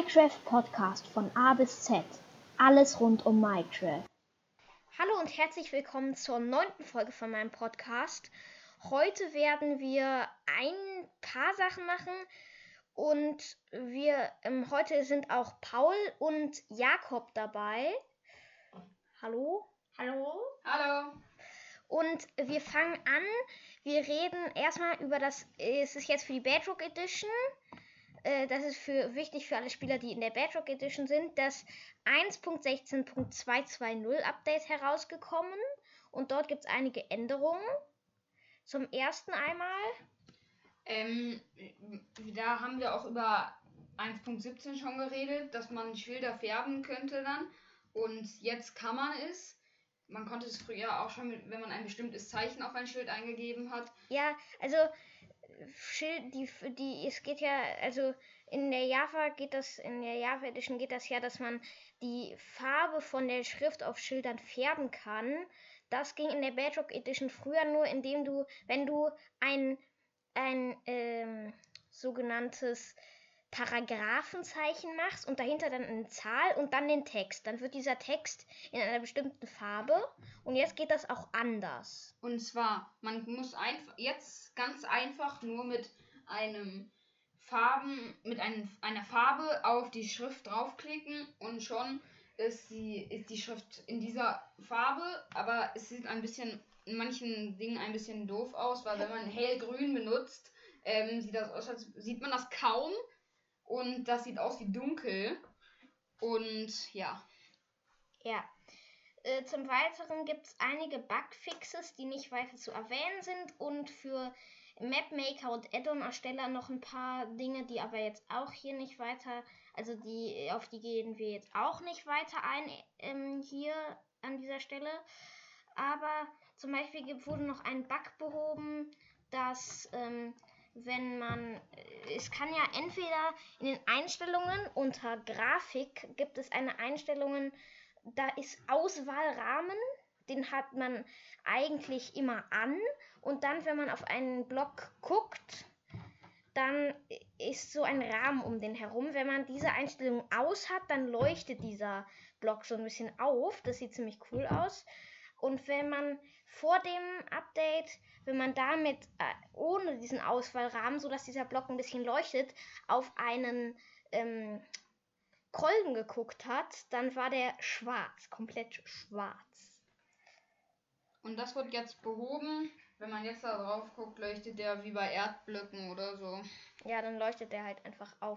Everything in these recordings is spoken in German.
Minecraft Podcast von A bis Z. Alles rund um Minecraft. Hallo und herzlich willkommen zur 9. Folge von meinem Podcast. Heute werden wir ein paar Sachen machen und heute sind auch Paul und Jakob dabei. Hallo? Hallo? Hallo. Und wir fangen an. Wir reden erstmal über es ist jetzt für die Bedrock Edition. Das ist wichtig für alle Spieler, die in der Bedrock Edition sind, das 1.16.220 Update herausgekommen. Und dort gibt es einige Änderungen. Zum ersten einmal. Da haben wir auch über 1.17 schon geredet, dass man Schilder färben könnte dann. Und jetzt kann man es. Man konnte es früher auch schon, wenn man ein bestimmtes Zeichen auf ein Schild eingegeben hat. Ja, also es geht ja, also in der Java Edition geht das ja, dass man die Farbe von der Schrift auf Schildern färben kann. Das ging in der Bedrock Edition früher nur, indem du, wenn du ein sogenanntes Paragraphenzeichen machst und dahinter dann eine Zahl und dann den Text. Dann wird dieser Text in einer bestimmten Farbe und jetzt geht das auch anders. Und zwar, man muss jetzt ganz einfach nur mit einer Farbe auf die Schrift draufklicken und schon ist die Schrift in dieser Farbe, aber es sieht in manchen Dingen ein bisschen doof aus, weil wenn man hellgrün benutzt, sieht man das kaum. Und das sieht aus wie dunkel. Und ja. Ja. Zum Weiteren gibt es einige Bugfixes, die nicht weiter zu erwähnen sind. Und für Mapmaker und Add-on-Ersteller noch ein paar Dinge, die aber jetzt auch hier nicht weiter, also auf die gehen wir jetzt auch nicht weiter ein hier an dieser Stelle. Aber zum Beispiel wurde noch ein Bug behoben, dass es kann ja entweder in den Einstellungen unter Grafik gibt es eine Einstellung, da ist Auswahlrahmen, den hat man eigentlich immer an und dann, wenn man auf einen Block guckt, dann ist so ein Rahmen um den herum. Wenn man diese Einstellung aus hat, dann leuchtet dieser Block so ein bisschen auf, das sieht ziemlich cool aus. Und wenn man vor dem Update, wenn man damit ohne diesen Auswahlrahmen, sodass dieser Block ein bisschen leuchtet, auf einen Kolben geguckt hat, dann war der schwarz, komplett schwarz. Und das wird jetzt behoben. Wenn man jetzt da drauf guckt, leuchtet der wie bei Erdblöcken oder so. Ja, dann leuchtet der halt einfach auf.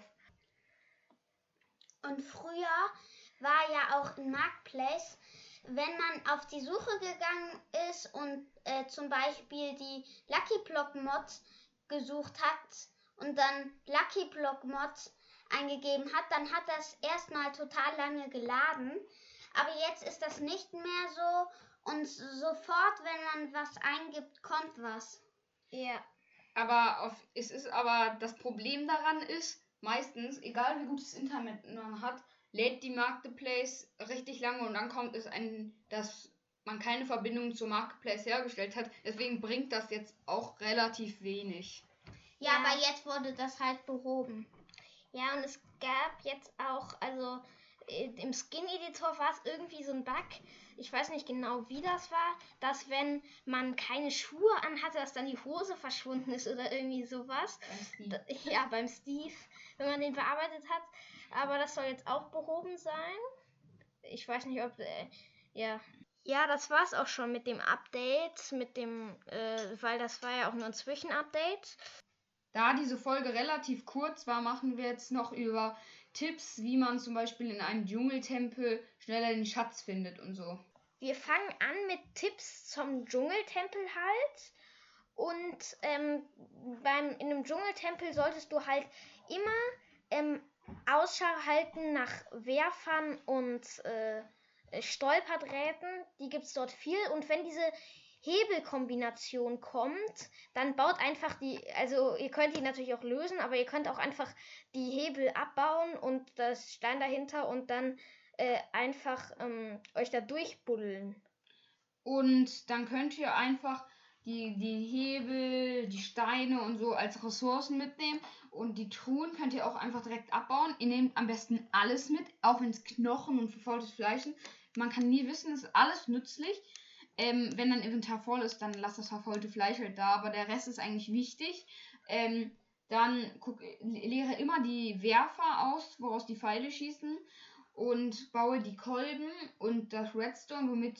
Und früher war ja auch in Marketplace, wenn man auf die Suche gegangen ist und zum Beispiel die Lucky Block Mods gesucht hat und dann Lucky Block Mods eingegeben hat, dann hat das erstmal total lange geladen. Aber jetzt ist das nicht mehr so und sofort, wenn man was eingibt, kommt was. Ja. Aber das Problem daran ist, meistens, egal wie gutes Internet man hat, lädt die Marketplace richtig lange und dann kommt es dass man keine Verbindung zur Marketplace hergestellt hat. Deswegen bringt das jetzt auch relativ wenig. Ja, aber jetzt wurde das halt behoben. Ja, und es gab jetzt auch, also im Skin-Editor war es irgendwie so ein Bug, ich weiß nicht genau, wie das war, dass wenn man keine Schuhe anhatte, dass dann die Hose verschwunden ist oder irgendwie sowas. Beim Steve, wenn man den bearbeitet hat. Aber das soll jetzt auch behoben sein. Ich weiß nicht, ja. Ja, das war's auch schon mit dem Update, weil das war ja auch nur ein Zwischenupdate. Da diese Folge relativ kurz war, machen wir jetzt noch über Tipps, wie man zum Beispiel in einem Dschungeltempel schneller den Schatz findet und so. Wir fangen an mit Tipps zum Dschungeltempel halt. Und in einem Dschungeltempel solltest du halt immer Ausschau halten nach Werfern und Stolperdrähten. Die gibt es dort viel. Und wenn diese Hebelkombination kommt, dann baut einfach also ihr könnt die natürlich auch lösen, aber ihr könnt auch einfach die Hebel abbauen und das Stein dahinter und dann einfach euch da durchbuddeln. Und dann könnt ihr einfach die Hebel, die Steine und so als Ressourcen mitnehmen. Und die Truhen könnt ihr auch einfach direkt abbauen. Ihr nehmt am besten alles mit, auch wenn es Knochen und verfaultes Fleisch sind. Man kann nie wissen, es ist alles nützlich. Wenn dein Inventar voll ist, dann lass das verfaulte Fleisch halt da, aber der Rest ist eigentlich wichtig. Dann leere immer die Werfer aus, woraus die Pfeile schießen, und baue die Kolben und das Redstone, womit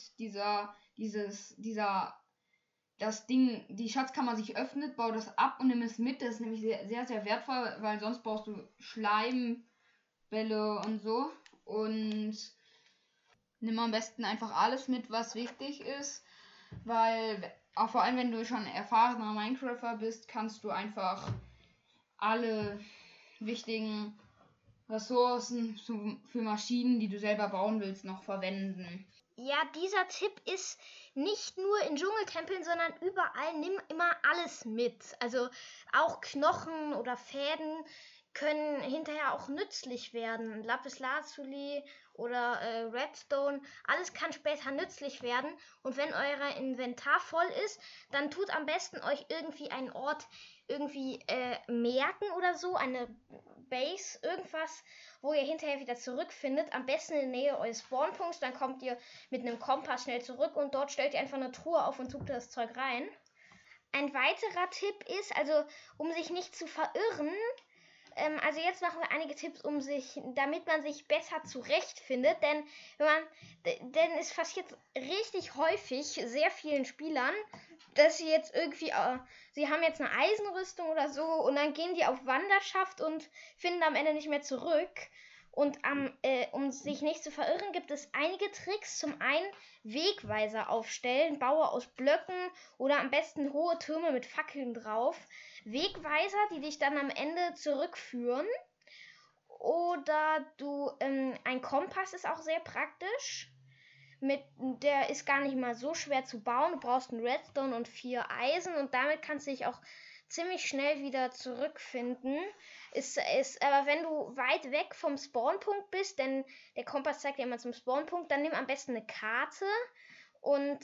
das Ding, die Schatzkammer sich öffnet, baue das ab und nimm es mit. Das ist nämlich sehr, sehr, sehr wertvoll, weil sonst brauchst du Schleimbälle und so. Und nimm am besten einfach alles mit, was wichtig ist, weil auch vor allem, wenn du schon erfahrener Minecrafter bist, kannst du einfach alle wichtigen Ressourcen für Maschinen, die du selber bauen willst, noch verwenden. Ja, dieser Tipp ist nicht nur in Dschungeltempeln, sondern überall. Nimm immer alles mit. Also auch Knochen oder Fäden können hinterher auch nützlich werden. Lapislazuli oder Redstone, alles kann später nützlich werden. Und wenn euer Inventar voll ist, dann tut am besten euch irgendwie einen Ort merken oder so, eine Base, irgendwas, wo ihr hinterher wieder zurückfindet. Am besten in der Nähe eures Spawnpunkts. Dann kommt ihr mit einem Kompass schnell zurück und dort stellt ihr einfach eine Truhe auf und tut das Zeug rein. Ein weiterer Tipp ist, also um sich nicht zu verirren, also jetzt machen wir einige Tipps, damit man sich besser zurechtfindet, denn es passiert richtig häufig sehr vielen Spielern, dass sie jetzt irgendwie, sie haben jetzt eine Eisenrüstung oder so und dann gehen die auf Wanderschaft und finden am Ende nicht mehr zurück. Und um sich nicht zu verirren, gibt es einige Tricks. Zum einen Wegweiser aufstellen, baue aus Blöcken oder am besten hohe Türme mit Fackeln drauf. Wegweiser, die dich dann am Ende zurückführen. Oder ein Kompass ist auch sehr praktisch. Der ist gar nicht mal so schwer zu bauen. Du brauchst einen Redstone und 4 Eisen und damit kannst du dich auch ziemlich schnell wieder zurückfinden. Aber wenn du weit weg vom Spawnpunkt bist, denn der Kompass zeigt dir immer zum Spawnpunkt, dann nimm am besten eine Karte und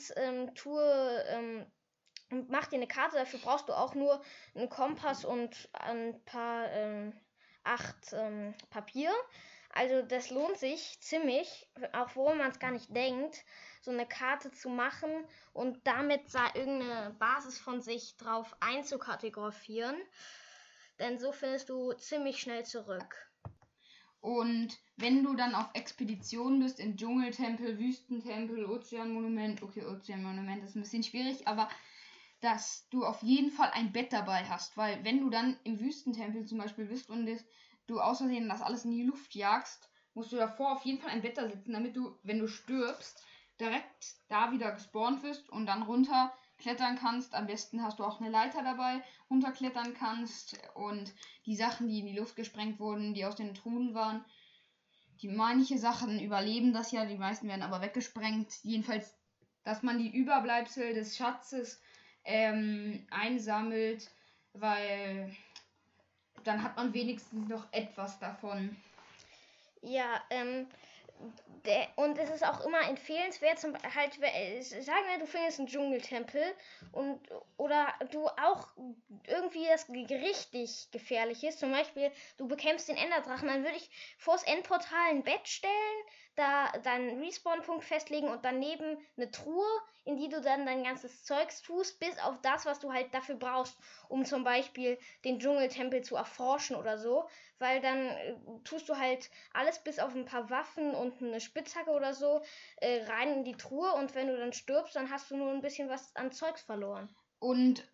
mach dir eine Karte. Dafür brauchst du auch nur einen Kompass und ein paar 8 Papier. Also das lohnt sich ziemlich, auch wo man es gar nicht denkt, so eine Karte zu machen und damit irgendeine Basis von sich drauf einzukategorieren. Denn so findest du ziemlich schnell zurück. Und wenn du dann auf Expedition bist, in Dschungeltempel, Wüstentempel, Ozeanmonument, okay, Ozeanmonument ist ein bisschen schwierig, aber dass du auf jeden Fall ein Bett dabei hast, weil wenn du dann im Wüstentempel zum Beispiel bist und du aus Versehen das alles in die Luft jagst, musst du davor auf jeden Fall ein Bett da sitzen, damit du, wenn du stirbst, direkt da wieder gespawnt wirst und dann runterklettern kannst. Am besten hast du auch eine Leiter dabei, runterklettern kannst und die Sachen, die in die Luft gesprengt wurden, die aus den Truhen waren, manche Sachen überleben das ja, die meisten werden aber weggesprengt. Jedenfalls, dass man die Überbleibsel des Schatzes einsammelt, weil dann hat man wenigstens noch etwas davon. Ja, und es ist auch immer empfehlenswert, sagen wir, du findest einen Dschungeltempel oder du auch irgendwie das richtig gefährlich ist. Zum Beispiel, du bekämpfst den Enderdrachen, dann würde ich vors Endportal ein Bett stellen, da deinen Respawn-Punkt festlegen und daneben eine Truhe, in die du dann dein ganzes Zeugs tust, bis auf das, was du halt dafür brauchst, um zum Beispiel den Dschungeltempel zu erforschen oder so, weil dann tust du halt alles bis auf ein paar Waffen und eine Spitzhacke oder so rein in die Truhe und wenn du dann stirbst, dann hast du nur ein bisschen was an Zeugs verloren. Und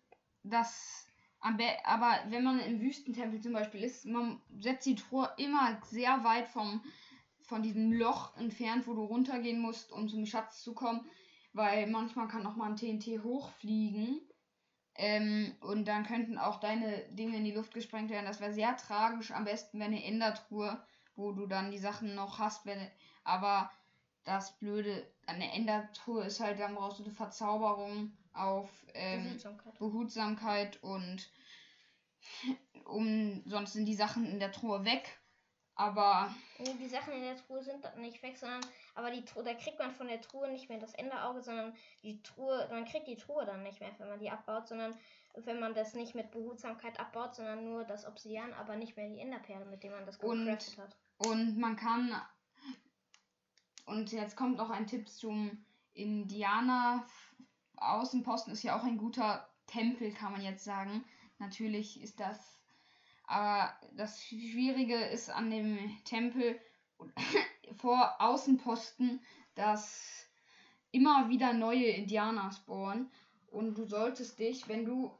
aber wenn man im Wüstentempel zum Beispiel ist, man setzt die Truhe immer sehr weit von diesem Loch entfernt, wo du runtergehen musst, um zum Schatz zu kommen, weil manchmal kann auch mal ein TNT hochfliegen und dann könnten auch deine Dinge in die Luft gesprengt werden. Das wäre sehr tragisch. Am besten wäre eine Endertruhe, wo du dann die Sachen noch hast, aber das Blöde an der Endertruhe ist halt, dann brauchst du eine Verzauberung auf Behutsamkeit und sonst sind die Sachen in der Truhe weg. Aber Nee, die Sachen in der Truhe sind dann nicht weg, sondern aber die Truhe, da kriegt man von der Truhe nicht mehr das Enderauge, sondern die Truhe, man kriegt die Truhe dann nicht mehr, wenn man die abbaut, sondern wenn man das nicht mit Behutsamkeit abbaut, sondern nur das Obsidian, aber nicht mehr die Enderperle, mit dem man das gecraftet hat. und man kann, und jetzt kommt noch ein Tipp zum Indianer. Außenposten ist ja auch ein guter Tempel, kann man jetzt sagen. Natürlich ist das, aber das Schwierige ist an dem Tempel vor Außenposten, dass immer wieder neue Indianer spawnen und du solltest dich, wenn du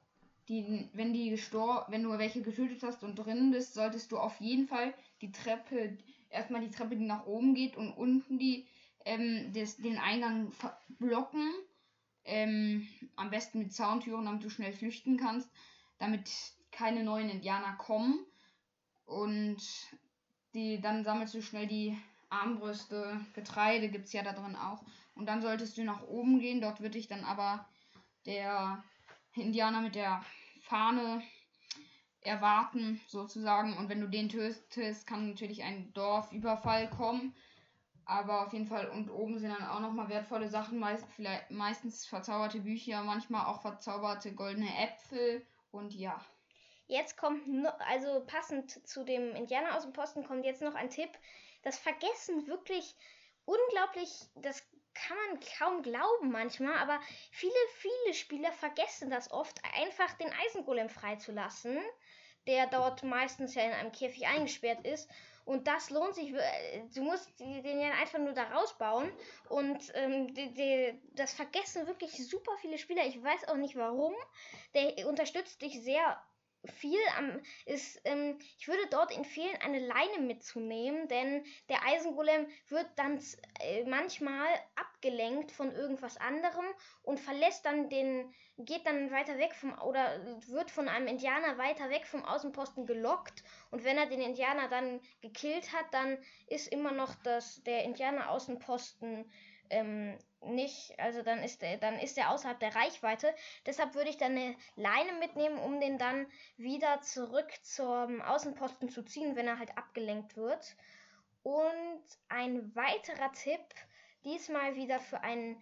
welche getötet hast und drin bist, solltest du auf jeden Fall erstmal die Treppe, die nach oben geht und unten den Eingang blocken. Am besten mit Zauntüren, damit du schnell flüchten kannst, damit keine neuen Indianer kommen. Und dann sammelst du schnell die Armbrüste, Getreide gibt es ja da drin auch. Und dann solltest du nach oben gehen, dort wird dich dann aber der Indianer mit der Fahne erwarten, sozusagen. Und wenn du den tötest, kann natürlich ein Dorfüberfall kommen. Aber auf jeden Fall, und oben sind dann auch nochmal wertvolle Sachen, meistens verzauberte Bücher, manchmal auch verzauberte goldene Äpfel und ja. Jetzt kommt, also passend zu dem Indianer aus dem Posten, kommt jetzt noch ein Tipp. Das vergessen wirklich unglaublich, das kann man kaum glauben manchmal, aber viele Spieler vergessen das oft, einfach den Eisengolem freizulassen, der dort meistens ja in einem Käfig eingesperrt ist. Und das lohnt sich, du musst den ja einfach nur da rausbauen. Und das vergessen wirklich super viele Spieler. Ich weiß auch nicht warum. Der unterstützt dich sehr viel. Ich würde dort empfehlen, eine Leine mitzunehmen, denn der Eisengolem wird dann manchmal abgelenkt von irgendwas anderem und geht dann weiter weg oder wird von einem Indianer weiter weg vom Außenposten gelockt. Und wenn er den Indianer dann gekillt hat, dann ist immer noch der Indianer Außenposten nicht, also dann ist er außerhalb der Reichweite. Deshalb würde ich dann eine Leine mitnehmen, um den dann wieder zurück zum Außenposten zu ziehen, wenn er halt abgelenkt wird. Und ein weiterer Tipp, diesmal wieder für einen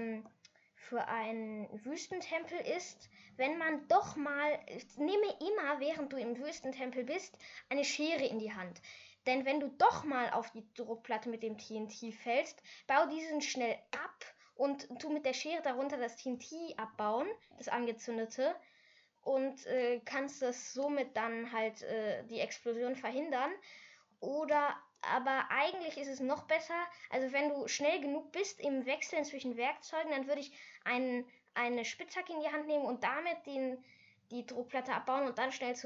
Wüstentempel ist, wenn man doch mal, nehme immer, während du im Wüstentempel bist, eine Schere in die Hand. Denn wenn du doch mal auf die Druckplatte mit dem TNT fällst, bau diesen schnell ab und tu mit der Schere darunter das TNT abbauen, das angezündete, und kannst das somit dann halt die Explosion verhindern. Aber eigentlich ist es noch besser, also wenn du schnell genug bist im Wechseln zwischen Werkzeugen, dann würde ich eine Spitzhacke in die Hand nehmen und damit die Druckplatte abbauen und dann schnell zu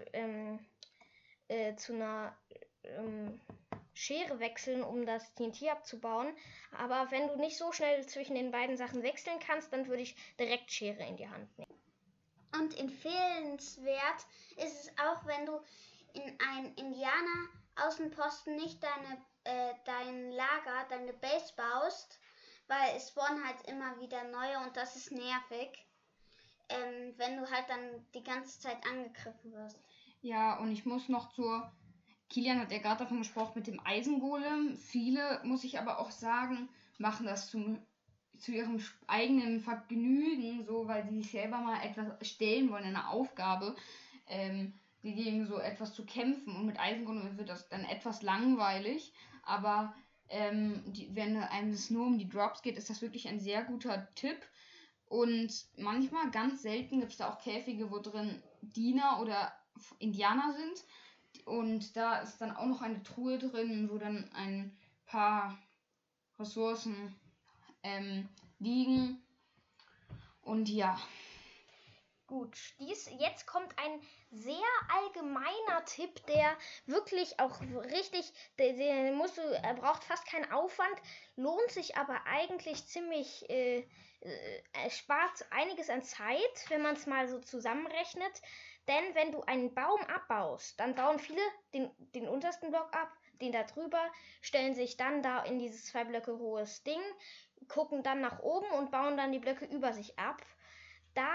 einer Schere wechseln, um das TNT abzubauen. Aber wenn du nicht so schnell zwischen den beiden Sachen wechseln kannst, dann würde ich direkt Schere in die Hand nehmen. Und empfehlenswert ist es auch, wenn du in einen Indianer-Außenposten nicht dein Lager, deine Base baust, weil es spawnen halt immer wieder neue und das ist nervig, wenn du halt dann die ganze Zeit angegriffen wirst. Ja, und ich muss noch Kilian hat ja gerade davon gesprochen mit dem Eisengolem. Viele, muss ich aber auch sagen, machen das zu ihrem eigenen Vergnügen, so, weil sie sich selber mal etwas stellen wollen, eine Aufgabe, gegen so etwas zu kämpfen. Und mit Eisengolem wird das dann etwas langweilig, aber wenn einem es nur um die Drops geht, ist das wirklich ein sehr guter Tipp. Und manchmal, ganz selten, gibt es da auch Käfige, wo drin Diener oder Indianer sind. Und da ist dann auch noch eine Truhe drin, wo dann ein paar Ressourcen liegen. Und ja. Gut, jetzt kommt ein sehr allgemeiner Tipp, der wirklich auch richtig, er braucht fast keinen Aufwand, lohnt sich aber eigentlich ziemlich, spart einiges an Zeit, wenn man es mal so zusammenrechnet. Denn wenn du einen Baum abbaust, dann bauen viele den untersten Block ab, den da drüber, stellen sich dann da in dieses 2 Blöcke hohes Ding, gucken dann nach oben und bauen dann die Blöcke über sich ab. Da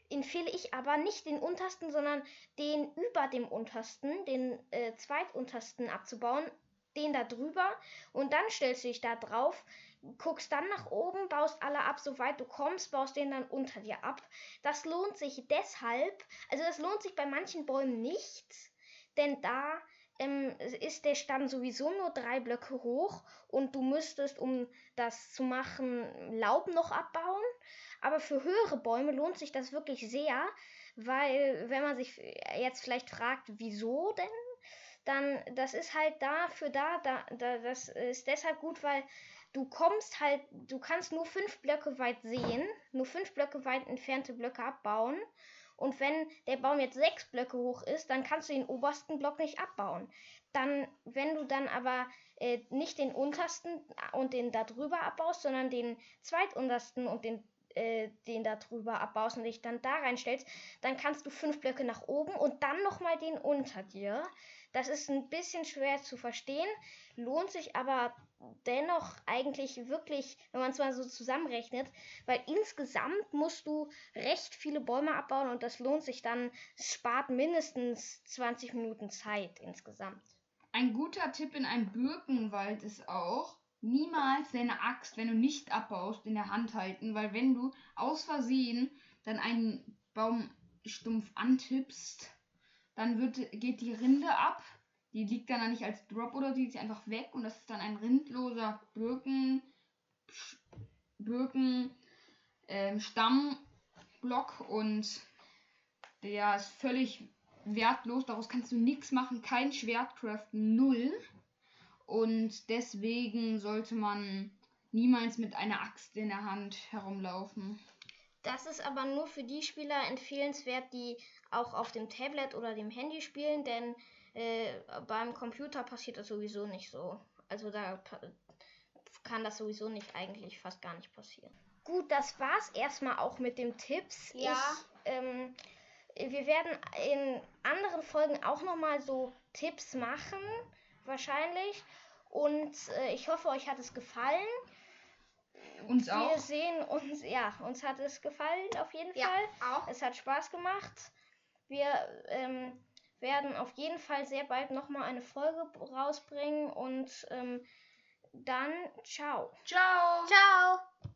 empfehle ich aber nicht den untersten, sondern den über dem untersten, den zweituntersten abzubauen, den da drüber und dann stellst du dich da drauf, guckst dann nach oben, baust alle ab, soweit du kommst, baust den dann unter dir ab. Das lohnt sich deshalb, also das lohnt sich bei manchen Bäumen nicht, denn da ist der Stamm sowieso nur 3 Blöcke hoch und du müsstest, um das zu machen, Laub noch abbauen. Aber für höhere Bäume lohnt sich das wirklich sehr, weil wenn man sich jetzt vielleicht fragt, wieso denn, dann das ist halt das ist deshalb gut, weil du kannst nur 5 Blöcke weit sehen, nur 5 Blöcke weit entfernte Blöcke abbauen. Und wenn der Baum jetzt 6 Blöcke hoch ist, dann kannst du den obersten Block nicht abbauen. Dann, wenn du dann aber nicht den untersten und den da drüber abbaust, sondern den zweituntersten und den da drüber abbaust und dich dann da reinstellst, dann kannst du 5 Blöcke nach oben und dann nochmal den unter dir. Das ist ein bisschen schwer zu verstehen, lohnt sich aber dennoch eigentlich wirklich, wenn man es mal so zusammenrechnet, weil insgesamt musst du recht viele Bäume abbauen und das lohnt sich dann, es spart mindestens 20 Minuten Zeit insgesamt. Ein guter Tipp in einem Birkenwald ist auch, niemals deine Axt, wenn du nicht abbaust, in der Hand halten, weil wenn du aus Versehen dann einen Baumstumpf antippst, dann geht die Rinde ab. Die liegt dann nicht als Drop oder die ist einfach weg und das ist dann ein rindloser Stammblock und der ist völlig wertlos. Daraus kannst du nichts machen, kein Schwert craften, 0. Und deswegen sollte man niemals mit einer Axt in der Hand herumlaufen. Das ist aber nur für die Spieler empfehlenswert, die auch auf dem Tablet oder dem Handy spielen, denn beim Computer passiert das sowieso nicht so. Also da kann das sowieso nicht eigentlich fast gar nicht passieren. Gut, das war's erstmal auch mit den Tipps. Ja. Wir werden in anderen Folgen auch nochmal so Tipps machen, wahrscheinlich. Und ich hoffe, euch hat es gefallen. Uns auch. Wir sehen uns, uns hat es gefallen auf jeden Ja, Fall. auch. Es hat Spaß gemacht. Wir werden auf jeden Fall sehr bald nochmal eine Folge rausbringen und dann ciao. Ciao. Ciao.